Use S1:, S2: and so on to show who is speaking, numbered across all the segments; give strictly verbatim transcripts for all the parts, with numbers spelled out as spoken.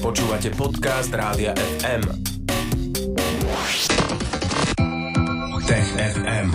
S1: Počúvate podcast Rádia ef em. Tech ef em.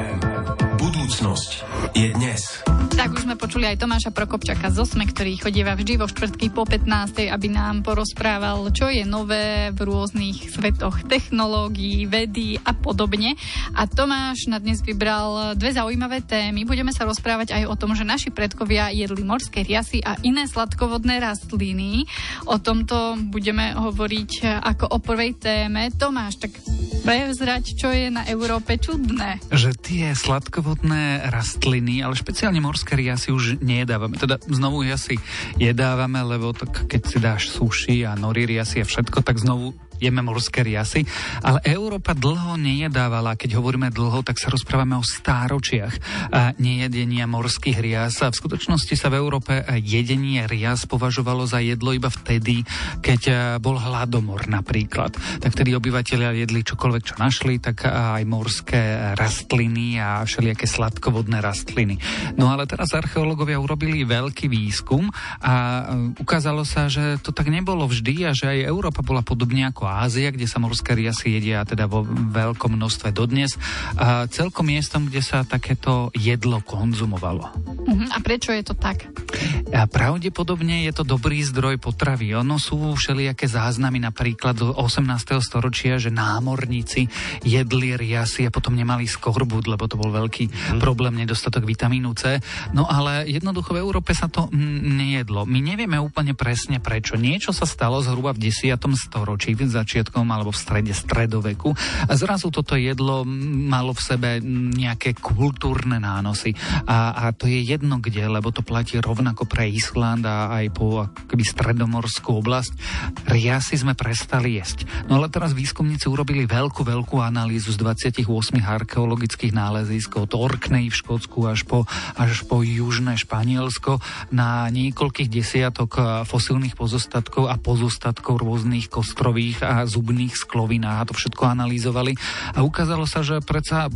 S1: Budúcnosť je dnes.
S2: Tak už sme počuli aj Tomáša Prokopčaka z Osme, ktorý chodieva vždy vo štvrtky po pätnástej, aby nám porozprával, čo je nové v rôznych svetoch technológií, vedy a podobne. A Tomáš na dnes vybral dve zaujímavé témy. Budeme sa rozprávať aj o tom, že naši predkovia jedli morské riasy a iné sladkovodné rastliny. O tomto budeme hovoriť ako o prvej téme. Tomáš, tak prevzrať, čo je na Európe čudné.
S3: Že tie sladkovodné rastliny, ale špeciálne morské riasy už nejedávame. Teda znovu riasy jedávame, lebo tak keď si dáš sushi a nori riasy a všetko, tak znovu jeme morské riasy, ale Európa dlho nejedávala. Keď hovoríme dlho, tak sa rozprávame o stáročiach a nejedenia morských rias. A v skutočnosti sa v Európe jedenie rias považovalo za jedlo iba vtedy, keď bol hladomor napríklad. Tak vtedy obyvatelia jedli čokoľvek, čo našli, tak aj morské rastliny a všelijaké sladkovodné rastliny. No ale teraz archeológovia urobili veľký výskum a ukázalo sa, že to tak nebolo vždy a že aj Európa bola podobne ako Ázia, kde sa morské riasy jedia teda vo veľkom množstve dodnes. A celkom miestom, kde sa takéto jedlo konzumovalo.
S2: Uh-huh. A prečo je to tak?
S3: A pravdepodobne je to dobrý zdroj potravy. Ono sú všelijaké záznamy napríklad do osemnásteho storočia, že námorníci jedli riasy a potom nemali skorbut, lebo to bol veľký hmm. problém, nedostatok vitamínu C. No ale jednoducho v Európe sa to m, nejedlo. My nevieme úplne presne prečo. Niečo sa stalo zhruba v desiatom storočí, v začiatkom alebo v strede stredoveku a zrazu toto jedlo malo v sebe nejaké kultúrne nánosy. A, a to je jedno kde, lebo to platí rovnako pre Island a aj po akoby stredomorskú oblasť. Riasy sme prestali jesť. No ale teraz výskumníci urobili veľkú, veľkú analýzu z dvadsaťosem archeologických nálezísk od Orkney v Škótsku až po, až po južné Španielsko na niekoľkých desiatok fosílnych pozostatkov a pozostatkov rôznych kostrových a zubných sklovinách a to všetko analyzovali a ukázalo sa, že predsa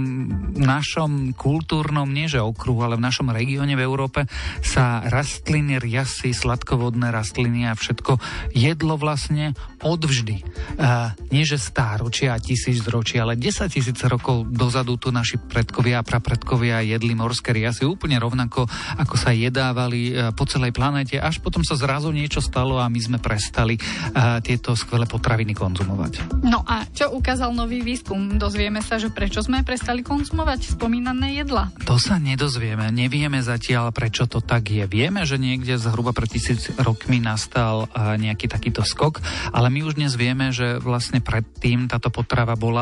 S3: v našom kultúrnom, nie že okruhu, ale v našom regióne v Európe sa rastliny, riasy, sladkovodné rastliny a všetko jedlo vlastne odvždy. A nie že stáročia a tisícročia, ale desaťtisíc rokov dozadu tu naši predkovia a prapredkovia jedli morské riasy úplne rovnako, ako sa jedávali po celej planéte, až potom sa zrazu niečo stalo a my sme prestali tieto skvelé potraviny konzumovať.
S2: No a čo ukázal nový výskum? Dozvieme sa, že prečo sme prestali konzumovať spomínané jedla?
S3: To sa nedozvieme. Nevieme zatiaľ, prečo to tak je. Vieme, že niekde zhruba pred tisíc rokmi nastal nejaký takýto skok, ale my už dnes vieme, že vlastne predtým táto potrava bola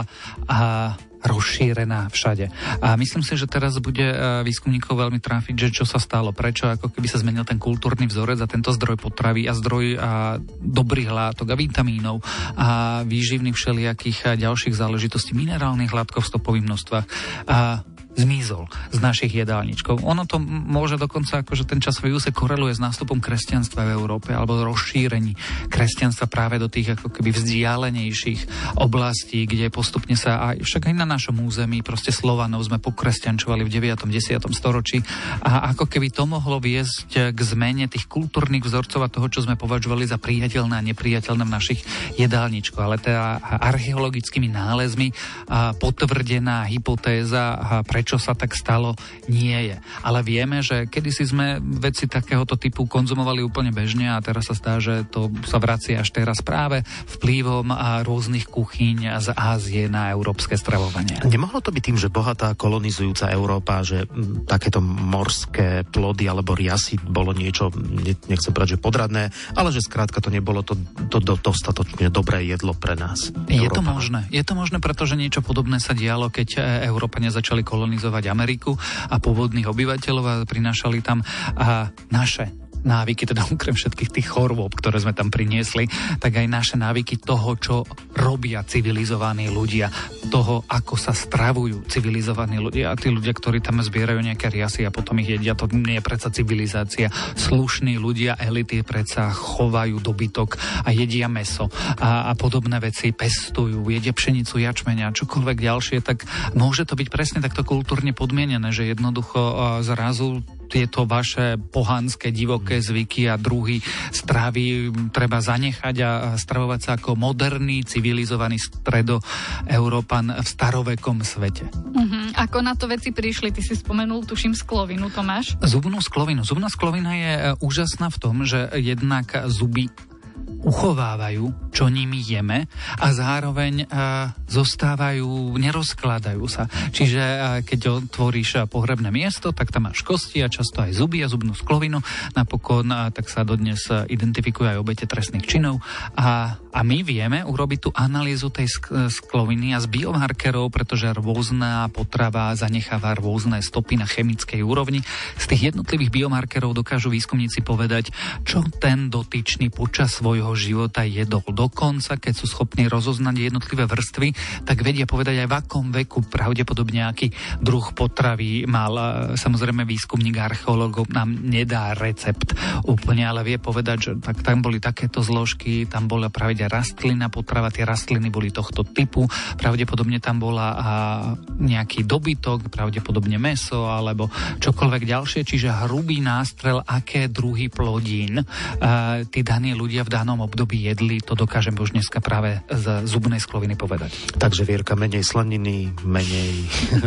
S3: a rozšírená všade. A myslím si, že teraz bude výskumníkov veľmi tráfiť, že čo sa stalo, prečo, ako keby sa zmenil ten kultúrny vzorec a tento zdroj potravy a zdroj a dobrých látok a vitamínov a výživných všelijakých a ďalších záležitostí, minerálnych látkov v stopových množstvách a zmizol z našich jedálničkov. Ono to môže dokonca, akože ten časový úsek koreluje s nástupom kresťanstva v Európe alebo rozšírení kresťanstva práve do tých ako keby vzdialenejších oblastí, kde postupne sa aj však aj na našom území proste Slovanov sme pokresťančovali v deviatom desiatom storočí a ako keby to mohlo viesť k zmene tých kultúrnych vzorcov a toho, čo sme považovali za priateľné a nepriateľné v našich jedálničkoch. Ale teda archeologickými nálezmi potvrdená hypotéza, prečo čo sa tak stalo, nie je. Ale vieme, že kedysi sme veci takéhoto typu konzumovali úplne bežne a teraz sa zdá, že to sa vracia až teraz práve vplyvom a rôznych kuchyň z Ázie na európske stravovanie.
S4: Nemohlo to byť tým, že bohatá kolonizujúca Európa, že takéto morské plody alebo riasy bolo niečo, nechcem povedať, že podradné, ale že skrátka to nebolo to, to, to dostatočne dobré jedlo pre nás.
S3: Je to možné. Je to možné, pretože niečo podobné sa dialo, keď Európania začali kolonizovať Ameriku a pôvodných obyvateľov a prinášali tam a naše návyky, teda okrem všetkých tých chorôb, ktoré sme tam priniesli, tak aj naše návyky toho, čo robia civilizovaní ľudia, toho, ako sa stravujú civilizovaní ľudia. A tí ľudia, ktorí tam zbierajú nejaké riasy a potom ich jedia, to nie je predsa civilizácia. Slušní ľudia, elity predsa chovajú dobytok a jedia mäso a, a podobné veci, pestujú, jedia pšenicu, jačmeň a čokoľvek ďalšie, tak môže to byť presne takto kultúrne podmienené, že jednoducho zrazu tieto vaše pohanské, divoké staroveké zvyky a druhy stravy treba zanechať a stravovať sa ako moderný, civilizovaný stredoeurópan v starovekom svete.
S2: Uh-huh. Ako na to veci prišli? Ty si spomenul, tuším, sklovinu, Tomáš?
S3: Zubnú sklovinu. Zubná sklovina je úžasná v tom, že jednak zuby uchovávajú, čo nimi jeme a zároveň uh, zostávajú, nerozkladajú sa. Čiže uh, keď otvoríš pohrebné miesto, tak tam máš kosti a často aj zuby a zubnú sklovinu. Napokon uh, tak sa dodnes uh, identifikujú aj obete trestných činov a, a my vieme urobiť tú analýzu tej sk- skloviny a z biomarkerov, pretože rôzna potrava zanecháva rôzne stopy na chemickej úrovni. Z tých jednotlivých biomarkerov dokážu výskumníci povedať, čo ten dotyčný počas svojho života jedol. Dokonca, keď sú schopní rozoznať jednotlivé vrstvy, tak vedia povedať aj v akom veku pravdepodobne aký druh potravy mal. Samozrejme výskumník archeológov nám nedá recept úplne, ale vie povedať, že tak, tam boli takéto zložky, tam bola práve rastlina potrava, tie rastliny boli tohto typu, pravdepodobne tam bola a, nejaký dobytok, pravdepodobne mäso alebo čokoľvek ďalšie, čiže hrubý nástrel, aké druhy plodín a, tí daní ľudia v danom období jedli, to dokážem už dneska práve z zubnej skloviny povedať.
S4: Takže, Vierka, menej slaniny, menej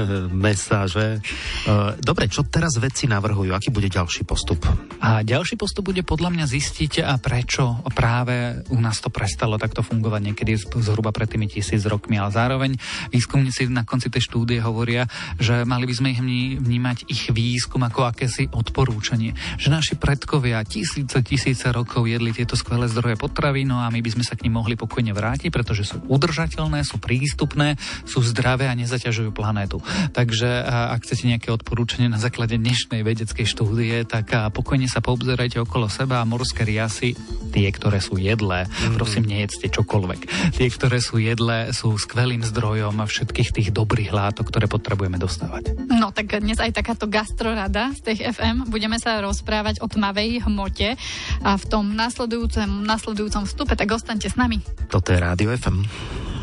S4: mesa, že? Dobre, čo teraz vedci navrhujú? Aký bude ďalší postup?
S3: A ďalší postup bude podľa mňa zistiť, a prečo práve u nás to prestalo takto fungovať niekedy zhruba pred tými tisíc rokmi, ale zároveň výskumníci na konci tej štúdie hovoria, že mali by sme ich vnímať ich výskum ako akési odporúčanie, že naši predkovia tisíce, tisíce rokov jedli tieto skvelé zdroje potravy, no a my by sme sa k nim mohli pokojne vrátiť, pretože sú udržateľné, sú prístupné, sú zdravé a nezaťažujú planétu. Takže ak chcete nejaké odporúčanie na základe dnešnej vedeckej štúdie, tak pokojne sa poobzerajte okolo seba a morské riasy, tie, ktoré sú jedlé, mm-hmm. prosím, nejedzte čokoľvek. Tie, ktoré sú jedlé, sú skvelým zdrojom všetkých tých dobrých látok, ktoré potrebujeme dostávať.
S2: No tak dnes aj takáto gastrorada z tých ef em. Budeme sa rozprávať o tmavej hmote a v tom nasledujúcom, nasledujúcom vstupe, tak ostaňte s nami.
S4: Toto je Rádio ef em.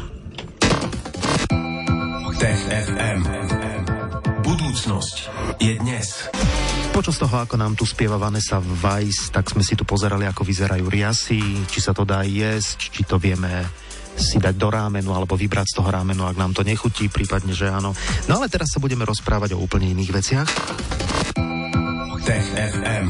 S1: Tech ef em. Budúcnosť je dnes.
S4: Počas toho, ako nám tu spieva Vanessa Weiss, tak sme si tu pozerali, ako vyzerajú riasy, či sa to dá jesť, či to vieme si dať do rámenu, alebo vybrať z toho rámenu, ak nám to nechutí, prípadne, že áno. No ale teraz sa budeme rozprávať o úplne iných veciach.
S1: Tech ef em.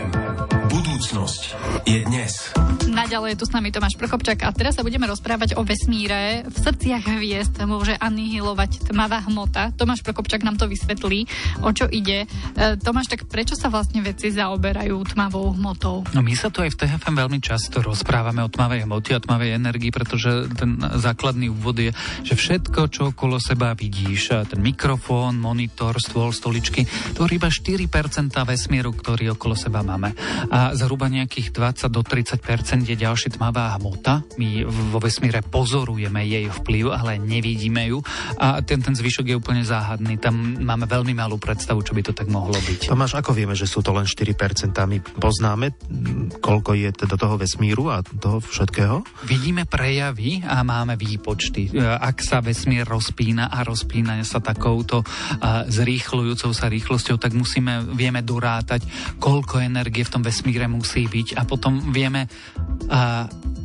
S1: Budúcnosť je dnes.
S2: Naďalej je tu s nami Tomáš Prokopčák a teraz sa budeme rozprávať o vesmíre. V srdciach hviezd môže anihilovať tmavá hmota. Tomáš Prokopčák nám to vysvetlí, o čo ide. E, Tomáš, tak prečo sa vlastne vedci zaoberajú tmavou hmotou?
S3: No my sa tu aj v té ef em veľmi často rozprávame o tmavej hmote a tmavej energii, pretože ten základný úvod je, že všetko, čo okolo seba vidíš, ten mikrofón, monitor, stôl, stoličky, tvorí iba štyri percentá vesmíru, ktorý okolo seba máme. A zhruba nejakých dvadsať do tridsať percent je ďalšia tmavá hmota. My vo vesmíre pozorujeme jej vplyv, ale nevidíme ju. A ten, ten zvyšok je úplne záhadný. Tam máme veľmi malú predstavu, čo by to tak mohlo byť.
S4: Tomáš, ako vieme, že sú to len štyri percentá? My poznáme, koľko je teda toho vesmíru a toho všetkého?
S3: Vidíme prejavy a máme výpočty. Ak sa vesmír rozpína a rozpína sa takouto zrýchľujúcou sa rýchlosťou, tak musíme, vieme dorátať, koľko energie v tom vesmíre musí byť a potom vieme a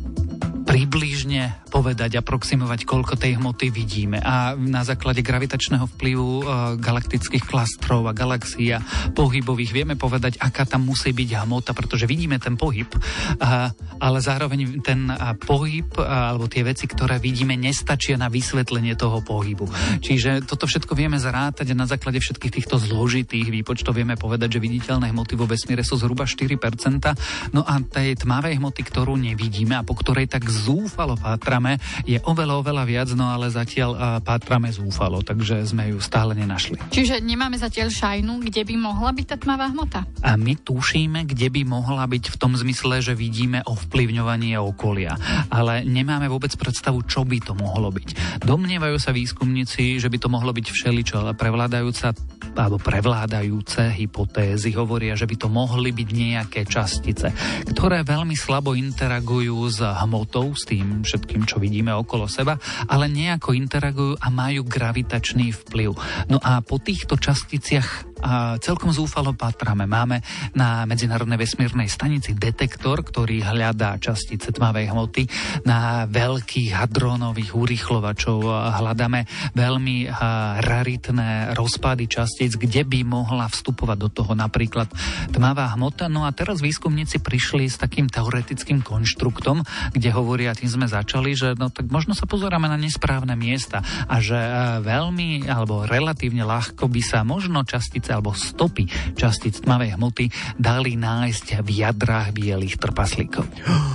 S3: približne povedať, aproximovať, koľko tej hmoty vidíme. A na základe gravitačného vplyvu e, galaktických klastrov a galaxií a pohybových vieme povedať, aká tam musí byť hmota, pretože vidíme ten pohyb, e, ale zároveň ten a, pohyb a, alebo tie veci, ktoré vidíme, nestačia na vysvetlenie toho pohybu. Čiže toto všetko vieme zrátať a na základe všetkých týchto zložitých výpočtov vieme povedať, že viditeľné hmoty vo vesmíre sú zhruba štyri percentá. No a tej tmavej hmoty, ktorú nevidíme a po ktorej tak zúfalo pátrame, je oveľa, oveľa viac, no ale zatiaľ pátrame zúfalo, takže sme ju stále nenašli.
S2: Čiže nemáme zatiaľ šajnu, kde by mohla byť tá tmavá hmota?
S3: A my tušíme, kde by mohla byť v tom zmysle, že vidíme ovplyvňovanie okolia, ale nemáme vôbec predstavu, čo by to mohlo byť. Domnievajú sa výskumníci, že by to mohlo byť všeličo, ale prevládajúca alebo prevládajúce hypotézy hovoria, že by to mohli byť nejaké častice, ktoré veľmi slabo interagujú s hmotou, s tým všetkým, čo vidíme okolo seba, ale nejako interagujú a majú gravitačný vplyv. No a po týchto časticiach a celkom zúfalo patrame. Máme na Medzinárodnej vesmírnej stanici detektor, ktorý hľadá častice tmavej hmoty. Na veľkých hadrónových urýchlovačov hľadáme veľmi raritné rozpady častíc, kde by mohla vstupovať do toho napríklad tmavá hmota. No a teraz výskumníci prišli s takým teoretickým konštruktom, kde hovoria, tým sme začali, že no tak možno sa pozeráme na nesprávne miesta a že veľmi alebo relatívne ľahko by sa možno častice alebo stopy častíc tmavej hmoty dali nájsť v jadrách bielých trpaslíkov.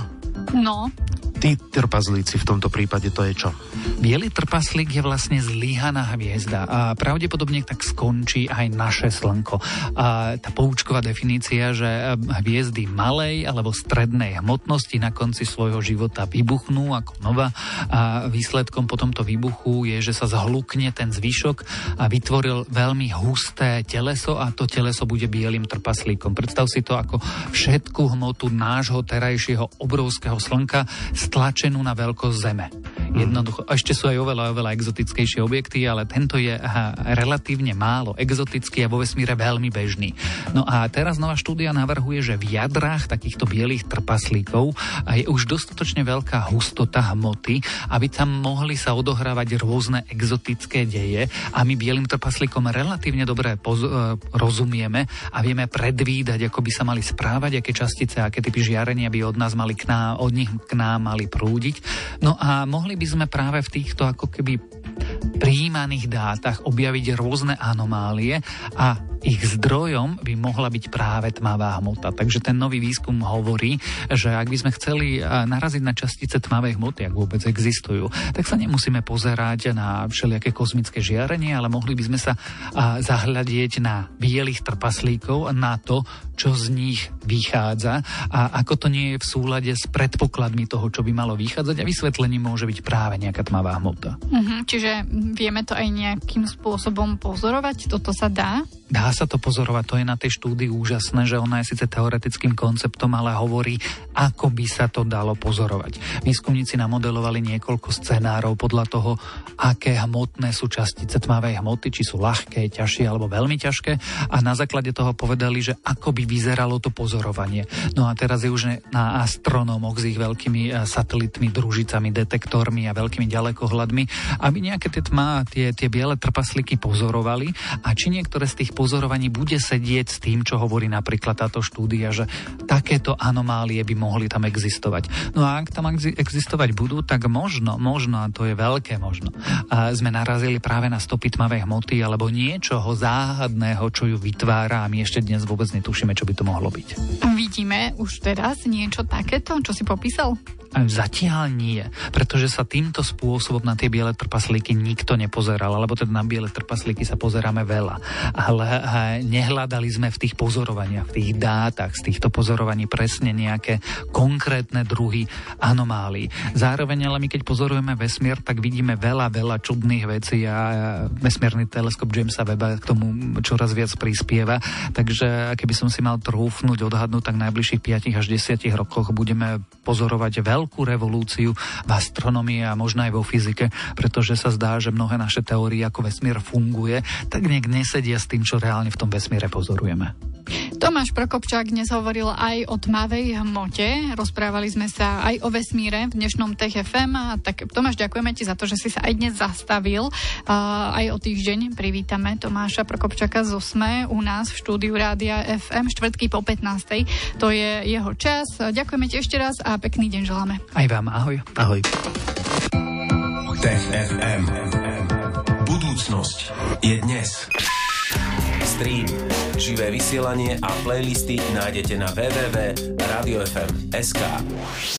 S2: No.
S4: Tí trpaslíci v tomto prípade to je čo?
S3: Bielý trpaslík je vlastne zlyhaná hviezda a pravdepodobne tak skončí aj naše Slnko. A tá poučková definícia, že hviezdy malej alebo strednej hmotnosti na konci svojho života vybuchnú ako nova a výsledkom po tomto výbuchu je, že sa zhlukne ten zvyšok a vytvoril veľmi husté teleso a to teleso bude bielým trpaslíkom. Predstav si to ako všetku hmotu nášho terajšieho obrovského Slnka stlačenú na veľkosť Zeme. Jednoducho, ešte sú aj oveľa, oveľa exotickejšie objekty, ale tento je aha, relatívne málo exotický a vo vesmíre veľmi bežný. No a teraz nová štúdia navrhuje, že v jadrách takýchto bielých trpaslíkov je už dostatočne veľká hustota hmoty, aby tam mohli sa odohrávať rôzne exotické deje a my bielým trpaslíkom relatívne dobre poz- rozumieme a vieme predvídať, ako by sa mali správať, aké častice, aké typy žiarenia by od nás mali k nám, od nich k nám mali prúdiť. No a mohli by sme práve v týchto ako keby prijímaných dátach objaviť rôzne anomálie a ich zdrojom by mohla byť práve tmavá hmota. Takže ten nový výskum hovorí, že ak by sme chceli naraziť na častice tmavej hmoty, ak vôbec existujú, tak sa nemusíme pozerať na všelijaké kozmické žiarenie, ale mohli by sme sa zahľadieť na bielých trpaslíkov, na to, čo z nich vychádza a ako to nie je v súlade s predpokladmi toho, čo by malo vychádzať a vysvetlením môže byť práve nejaká tmavá hmota.
S2: Uh-huh, čiže vieme to aj nejakým spôsobom pozorovať? Toto sa dá?
S3: Dá sa to pozorovať, to je na tej štúdii úžasné, že ona je síce teoretickým konceptom, ale hovorí, ako by sa to dalo pozorovať. Výskumníci namodelovali niekoľko scenárov podľa toho, aké hmotné sú častice tmavej hmoty, či sú ľahké, ťažšie alebo veľmi ťažké a na základe toho povedali, že ako by vyzeralo to pozorovanie. No a teraz je už na astronómoch s ich veľkými satelitmi, družicami, detektormi a veľkými ďalekohľadmi, aby nejaké tie tma, tie, tie biele trpaslíky pozorovali a či niektoré z tých pozorovaní bude sedieť s tým, čo hovorí napríklad táto štúdia, že takéto anomálie by mohli tam existovať. No a ak tam existovať budú, tak možno, možno, a to je veľké možno, a sme narazili práve na stopy tmavej hmoty alebo niečoho záhadného, čo ju vytvára a my ešte dnes vôbec netušíme, čo by to mohlo byť.
S2: Vidíme už teraz niečo takéto, čo si popísal?
S3: Zatiaľ nie, pretože sa týmto spôsobom na tie biele trpaslíky nikto nepozeral, alebo teda na biele trpaslíky sa pozeráme veľa. Ale nehľadali sme v tých pozorovaniach, v tých dátach z týchto pozorovaní presne nejaké konkrétne druhy anomálií. Zároveň ale my keď pozorujeme vesmír, tak vidíme veľa, veľa čudných vecí a vesmírny teleskop Jamesa Webba k tomu čoraz viac prispieva. Takže keby som si mal trúfnuť, odhadnúť, tak v najbližších piatich až desiatich rokoch budeme pozorovať veľa veľkú revolúciu v astronomii a možno aj vo fyzike, pretože sa zdá, že mnohé naše teórie, ako vesmír funguje, tak nejak nesedia s tým, čo reálne v tom vesmíre pozorujeme.
S2: Tomáš Prokopčák dnes hovoril aj o tmavej hmote. Rozprávali sme sa aj o vesmíre v dnešnom Tech ef em. Tak Tomáš, ďakujeme ti za to, že si sa aj dnes zastavil. Uh, aj o týždeň privítame Tomáša Prokopčáka z osme u nás v štúdiu Rádia ef em štvrtky po pätnástej. To je jeho čas. Ďakujeme ti ešte raz a pekný deň želáme.
S3: Aj vám, ahoj.
S4: Ahoj.
S1: Tech ef em. Budúcnosť je dnes. Stream, živé vysielanie a playlisty nájdete na w w w bodka radio f m bodka es ka.